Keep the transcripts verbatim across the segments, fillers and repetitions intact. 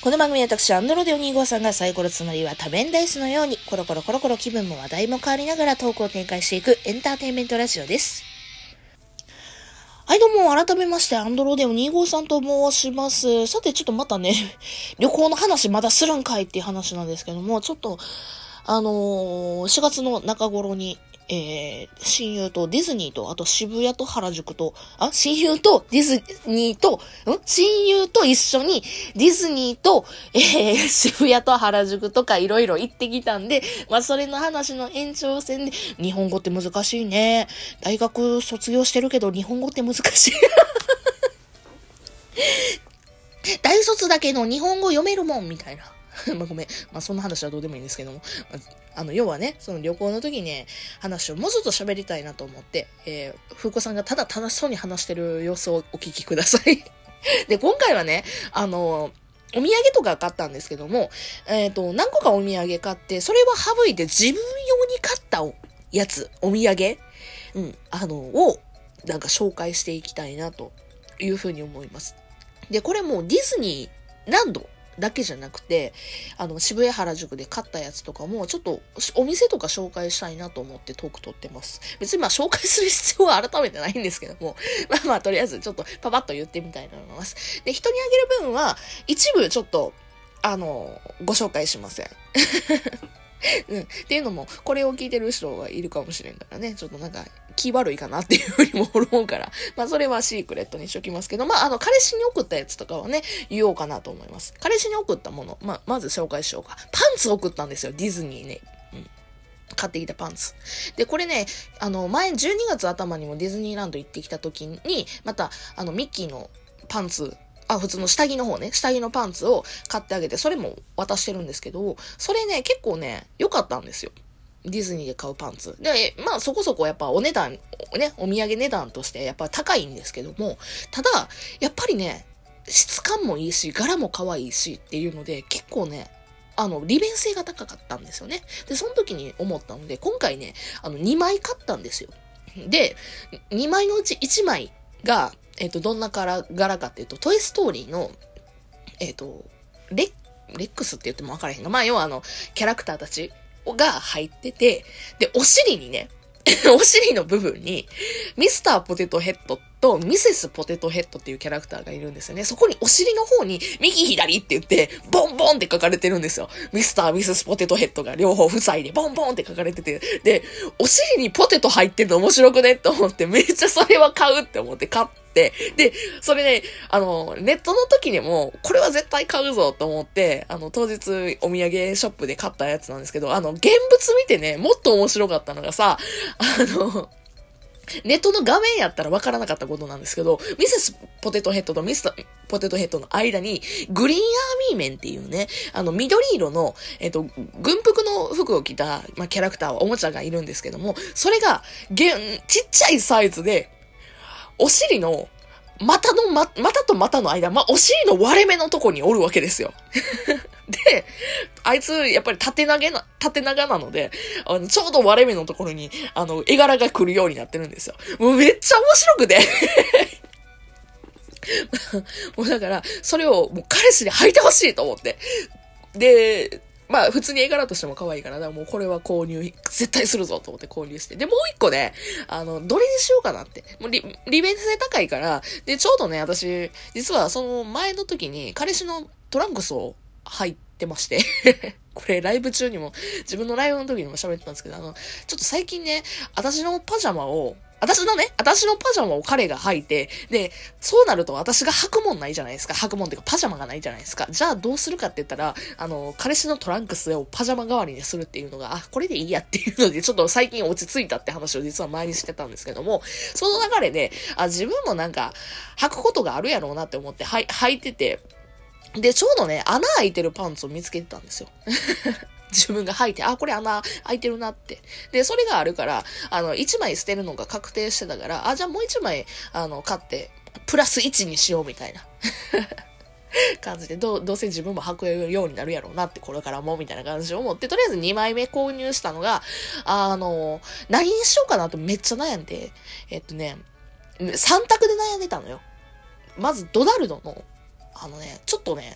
この番組は私、アンドロデオにじゅうごさんがサイコロつまりは多面ダイスのように、コロコロコロコロ気分も話題も変わりながらトークを展開していくエンターテインメントラジオです。はい、どうも、改めまして、アンドロデオにじゅうごさんと申します。さて、ちょっとまたね、旅行の話まだするんかいっていう話なんですけども、ちょっと、あのー、しがつの中頃に、えー、親友とディズニーと、あと渋谷と原宿と、あ、親友とディズニーと、ん親友と一緒にディズニーと、えー、渋谷と原宿とかいろいろ行ってきたんで、まあ、それの話の延長線で、日本語って難しいね。大学卒業してるけど、日本語って難しい。大卒だけど日本語読めるもん、みたいな。まあごめん。まあそんな話はどうでもいいんですけども。まあ、あの、要はね、その旅行の時にね、話をもうちょっと喋りたいなと思って、えー、ふうこさんがただ楽しそうに話してる様子をお聞きください。で、今回はね、あの、お土産とか買ったんですけども、えっと、何個かお土産買って、それは省いて自分用に買ったやつ、お土産、うん、あの、を、なんか紹介していきたいなというふうに思います。で、これもうディズニーランドだけじゃなくて、あの、渋谷原宿で買ったやつとかも、ちょっとお店とか紹介したいなと思ってトーク撮ってます。別にまあ紹介する必要は改めてないんですけども、まあまあとりあえずちょっとパパッと言ってみたいと思います。で、人にあげる分は、一部ちょっと、あの、ご紹介しません。うん。っていうのも、これを聞いてる人がいるかもしれんからね、ちょっとなんか、気悪いかなっていうふうにも思うから、まあそれはシークレットにしときますけど、まああの、彼氏に送ったやつとかはね、言おうかなと思います。彼氏に送ったもの、まあまず紹介しようか。パンツ送ったんですよ、ディズニーね。うん。買ってきたパンツ。で、これね、あの、前じゅうにがつ頭にもディズニーランド行ってきた時に、また、あの、ミッキーのパンツ、あ、普通の下着の方ね、下着のパンツを買ってあげて、それも渡してるんですけど、それね、結構ね、良かったんですよ。ディズニーで買うパンツ。で、まあそこそこやっぱお値段、ね、お土産値段としてやっぱ高いんですけども、ただ、やっぱりね、質感もいいし、柄も可愛いしっていうので、結構ね、あの、利便性が高かったんですよね。で、その時に思ったので、今回ね、あの、にまい買ったんですよ。で、にまいのうちいちまいが、えっと、どんな柄、柄かっていうと、トイストーリーの、えっと、レッ、レックスって言っても分からへんが、まあ、要はあの、キャラクターたちが入ってて、で、お尻にね、お尻の部分に、ミスターポテトヘッドとミセスポテトヘッドっていうキャラクターがいるんですよね。そこにお尻の方に、右左って言って、ボンボンって書かれてるんですよ。ミスター、ミセスポテトヘッドが両方夫妻でボンボンって書かれてて、で、お尻にポテト入ってんの面白くねって思って、めっちゃそれは買うって思って買って、で、それね、あの、ネットの時にも、これは絶対買うぞと思って、あの、当日お土産ショップで買ったやつなんですけど、あの、現物見てね、もっと面白かったのがさ、あの、ネットの画面やったらわからなかったことなんですけど、ミセスポテトヘッドとミスターポテトヘッドの間に、グリーンアーミーメンっていうね、あの、緑色の、えっと、軍服の服を着た、まあ、キャラクター、おもちゃがいるんですけども、それが、げん、ちっちゃいサイズで、お尻の、股のま、股と股の間、まあ、お尻の割れ目のとこにおるわけですよ。で、あいつ、やっぱり縦投げな、縦長なので、あの、ちょうど割れ目のところに、あの、絵柄が来るようになってるんですよ。もうめっちゃ面白くて。もうだから、それをもう彼氏に履いてほしいと思って。で、まあ普通に絵柄としても可愛いから、だからもうこれは購入、絶対するぞと思って購入して。で、もう一個ね、あの、どれにしようかなって。もう利、利便性高いから、で、ちょうどね、私、実はその前の時に彼氏のトランクスを履いてまして。これライブ中にも、自分のライブの時にも喋ってたんですけど、あの、ちょっと最近ね、私のパジャマを、私のね、私のパジャマを彼が履いて、で、そうなると私が履くもんないじゃないですか。履くもんっていうかパジャマがないじゃないですか。じゃあどうするかって言ったら、あの、彼氏のトランクスをパジャマ代わりにするっていうのが、あ、これでいいやっていうので、ちょっと最近落ち着いたって話を実は前にしてたんですけども、その流れで、あ、自分もなんか、履くことがあるやろうなって思って、はい、履いてて、で、ちょうどね、穴開いてるパンツを見つけてたんですよ。自分が履いて、あ、これ穴開いてるなって。で、それがあるから、あの、一枚捨てるのが確定してたから、あ、じゃあもう一枚、あの、買って、プラス一にしようみたいな感じで、どう、どうせ自分も履くようになるやろうなって、これからも、みたいな感じで思って、とりあえずにまいめ購入したのが、あの、何にしようかなとめっちゃ悩んで、えっとね、さん択で悩んでたのよ。まず、ドナルドの、あのね、ちょっとね、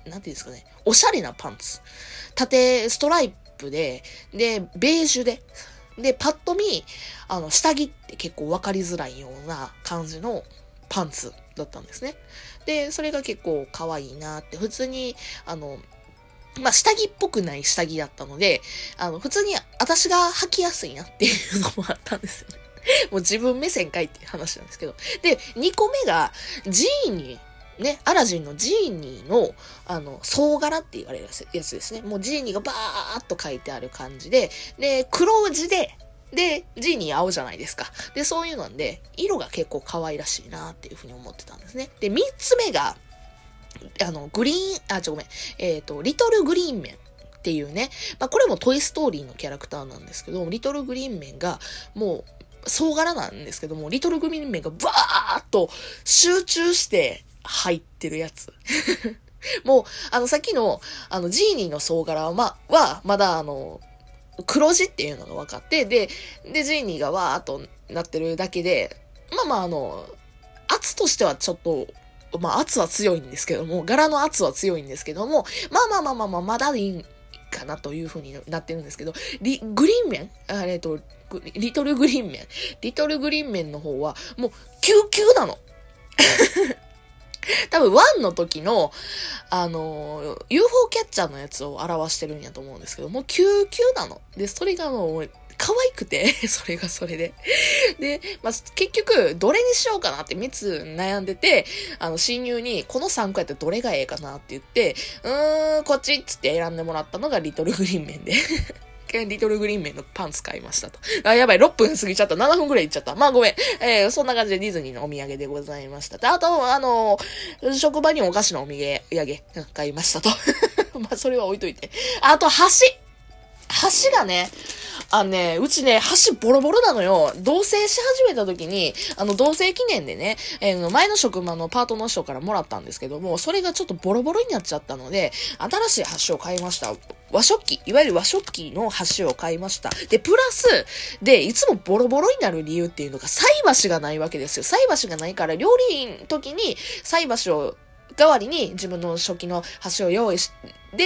なんていうんですかね、おしゃれなパンツ。縦ストライプで、で、ベージュで、で、パッと見、あの、下着って結構わかりづらいような感じのパンツだったんですね。で、それが結構可愛いなって、普通に、あの、まあ、下着っぽくない下着だったので、あの、普通に私が履きやすいなっていうのもあったんですよね。もう自分目線かいっていう話なんですけど。で、にこめが、ジーニー、ね、アラジンのジーニーの、あの、総柄って言われるやつですね。もうジーニーがバーっと書いてある感じで、で、黒字で、で、ジーニー青じゃないですか。で、そういうのなんで、色が結構可愛らしいなっていうふうに思ってたんですね。で、三つ目が、あの、グリーン、あ、ちょ、ごめん。えっと、リトルグリーンメンっていうね、まあ、これもトイストーリーのキャラクターなんですけど、リトルグリーンメンが、もう、総柄なんですけども、リトルグリーンメンがバーっと集中して入ってるやつ。もう、あの、さっきの、あの、ジーニーの総柄は、ま、は、まだ、あの、黒字っていうのが分かって、で、で、ジーニーがわーっとなってるだけで、まあまあ、あの、圧としてはちょっと、まあ圧は強いんですけども、柄の圧は強いんですけども、まあまあまあまあまあ、まだいいかなという風になってるんですけど、リ、グリーンメンあえっと、リトルグリーンメン。リトルグリーンメンの方は、もう、救急なの。多分、ワンの時の、あの、ユーフォー キャッチャーのやつを表してるんやと思うんですけど、もう救急なの。で、それがもう、可愛くて、それがそれで。で、まあ、結局、どれにしようかなってみっつ悩んでて、あの、親友に、このさんこやってどれがええかなって言って、うーん、こっちっつって選んでもらったのがリトルグリーンメンで。リトルグリーンメンのパンツ買いましたと。あ、やばい、ろっぷん過ぎちゃった。ななふんくらいいっちゃった。まあごめん。えー、そんな感じでディズニーのお土産でございました。で、あと、あのー、職場にお菓子のお土産買いましたと。まあそれは置いといて。あと、橋橋がね、あのね、うちね、橋ボロボロなのよ。同棲し始めた時に、あの、同棲記念でね、えー、前の職場のパートの人からもらったんですけども、それがちょっとボロボロになっちゃったので、新しい橋を買いました。和食器、いわゆる和食器の橋を買いました。で、プラス、で、いつもボロボロになる理由っていうのが、菜箸がないわけですよ。菜箸がないから、料理の時に菜箸を、代わりに自分の食器の箸を用意して、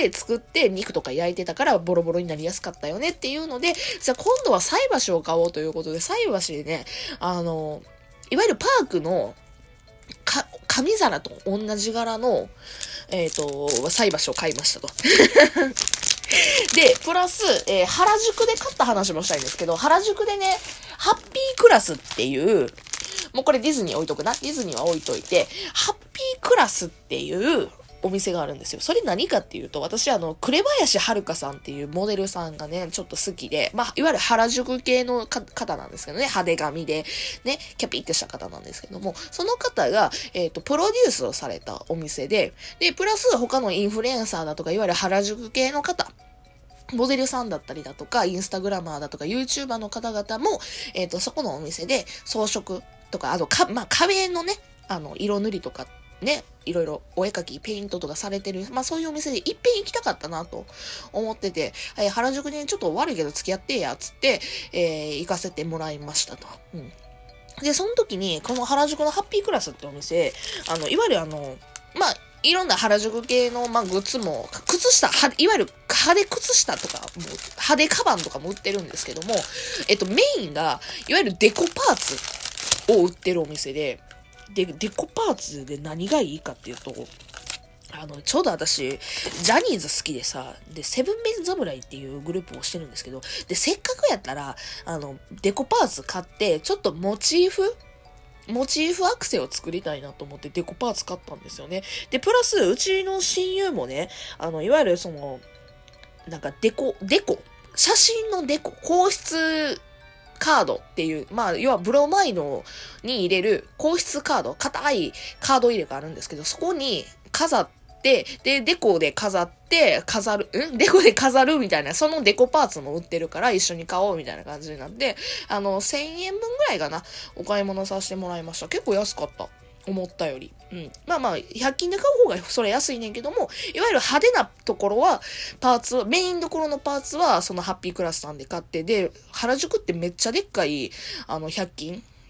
作って肉とか焼いてたからボロボロになりやすかったよねっていうので、じゃあ今度は菜箸を買おうということで、菜箸でね、あの、いわゆるパークのか紙皿と同じ柄の、えっと、菜箸を買いましたと。で、プラス、えー、原宿で買った話もしたいんですけど、原宿でね、ハッピークラスっていう、もうこれディズニー置いとくな。ディズニーは置いといて、ハッピークラスっていうお店があるんですよ。それ何かっていうと、私あの、紅林遥さんっていうモデルさんがね、ちょっと好きで、まあ、いわゆる原宿系の方なんですけどね、派手髪で、ね、キャピッてした方なんですけども、その方が、えっと、プロデュースをされたお店で、で、プラス他のインフルエンサーだとか、いわゆる原宿系の方、モデルさんだったりだとか、インスタグラマーだとか、YouTuber の方々も、えっと、そこのお店で装飾とか、あと、か、まあ、壁のね、あの、色塗りとか、ね、いろいろお絵描き、ペイントとかされてる、まあそういうお店でいっぺん行きたかったなと思ってて、えー、原宿にちょっと悪いけど付き合ってや、つって、えー、行かせてもらいましたと。うん。で、その時に、この原宿のハッピークラスってお店、あの、いわゆるあの、まあ、いろんな原宿系の、まあ、グッズも、靴下、いわゆる派手靴下とか、も派手カバンとかも売ってるんですけども、えっと、メインが、いわゆるデコパーツを売ってるお店で、で、デコパーツで何がいいかっていうと、あの、ちょうど私、ジャニーズ好きでさ、で、セブンメン侍っていうグループをしてるんですけど、で、せっかくやったら、あの、デコパーツ買って、ちょっとモチーフモチーフアクセを作りたいなと思ってデコパーツ買ったんですよね。で、プラス、うちの親友もね、あの、いわゆるその、なんかデコ、デコ、写真のデコ、硬質カードっていう、まあ、要はブロマイドに入れる硬質カード、硬いカード入れがあるんですけど、そこに飾って、で、デコで飾って、飾る、んデコで飾るみたいな、そのデコパーツも売ってるから一緒に買おうみたいな感じになって、あの、せんえんぶんぐらいかな、お買い物させてもらいました。結構安かった。思ったより。うん。まあまあ、ひゃく均で買う方がそれ安いねんけども、いわゆる派手なところは、パーツ、メインどころのパーツは、そのハッピークラスさんで買って、で、原宿ってめっちゃでっかい、あの、ひゃく均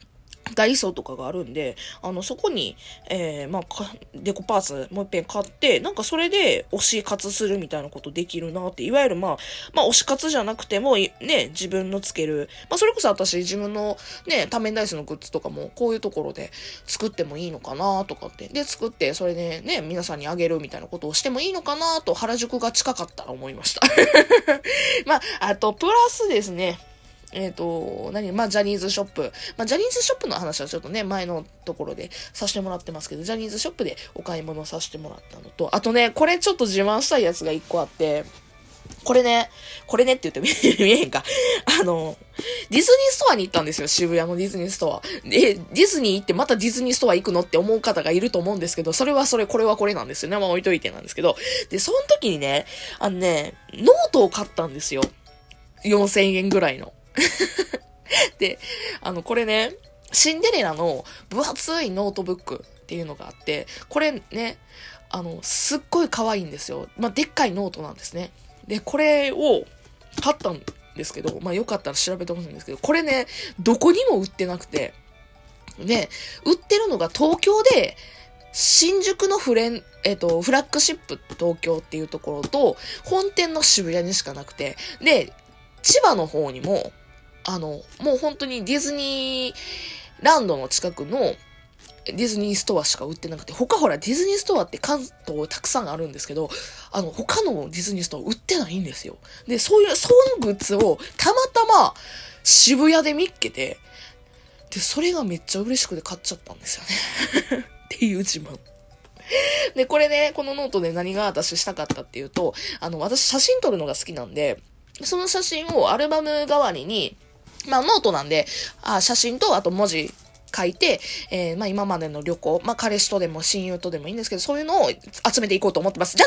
ダイソーとかがあるんで、あの、そこに、えー、まあ、デコパーツもう一遍買って、なんかそれで推し活するみたいなことできるなって、いわゆるまあ、まあ、推し活じゃなくても、ね、自分のつける、まあ、それこそ私自分のね、多面ダイスのグッズとかも、こういうところで作ってもいいのかなとかって、で、作って、それでね、皆さんにあげるみたいなことをしてもいいのかなと、原宿が近かったら思いました。まあ、あと、プラスですね、えっと、何まあ、ジャニーズショップ。まあ、ジャニーズショップの話はちょっとね、前のところでさせてもらってますけど、ジャニーズショップでお買い物させてもらったのと、あとね、これちょっと自慢したいやつが一個あって、これね、これねって言って見えへんか。あの、ディズニーストアに行ったんですよ、渋谷のディズニーストア。で、ディズニー行ってまたディズニーストア行くのって思う方がいると思うんですけど、それはそれ、これはこれなんですよね。まあ置いといてなんですけど。で、その時にね、あのね、ノートを買ったんですよ。よんせんえんぐらいの。で、あの、これね、シンデレラの分厚いノートブックっていうのがあって、これね、あの、すっごい可愛いんですよ。まあ、でっかいノートなんですね。で、これを買ったんですけど、まあ、よかったら調べてほしいんですけど、これね、どこにも売ってなくて、で、売ってるのが東京で、新宿のフレン、えっと、フラッグシップ東京っていうところと、本店の渋谷にしかなくて、で、千葉の方にも、あの、もう本当にディズニーランドの近くのディズニーストアしか売ってなくて、他ほらディズニーストアって関東たくさんあるんですけど、あの、他のディズニーストア売ってないんですよ。で、そういう、そのグッズをたまたま渋谷で見っけて、で、それがめっちゃ嬉しくて買っちゃったんですよね。っていう自慢。で、これね、このノートで何が私したかったっていうと、あの、私写真撮るのが好きなんで、その写真をアルバム代わりに、まあノートなんで、あ写真とあと文字書いて、えー、まあ今までの旅行、まあ彼氏とでも親友とでもいいんですけど、そういうのを集めていこうと思ってます。じゃ